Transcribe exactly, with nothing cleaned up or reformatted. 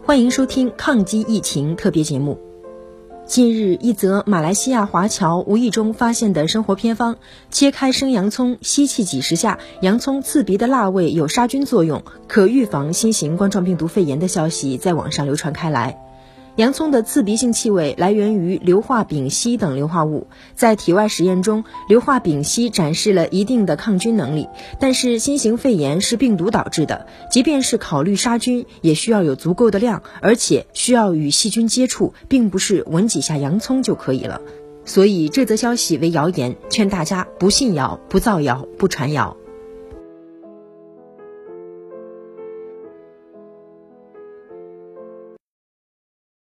欢迎收听抗击疫情特别节目。近日，一则马来西亚华侨无意中发现的生活偏方，切开生洋葱，吸气几十下，洋葱刺鼻的辣味有杀菌作用，可预防新型冠状病毒肺炎的消息在网上流传开来。洋葱的刺鼻性气味来源于硫化丙烯等硫化物，在体外实验中，硫化丙烯展示了一定的抗菌能力，但是新型肺炎是病毒导致的，即便是考虑杀菌，也需要有足够的量，而且需要与细菌接触，并不是闻几下洋葱就可以了。所以这则消息为谣言，劝大家不信谣、不造谣、不传谣。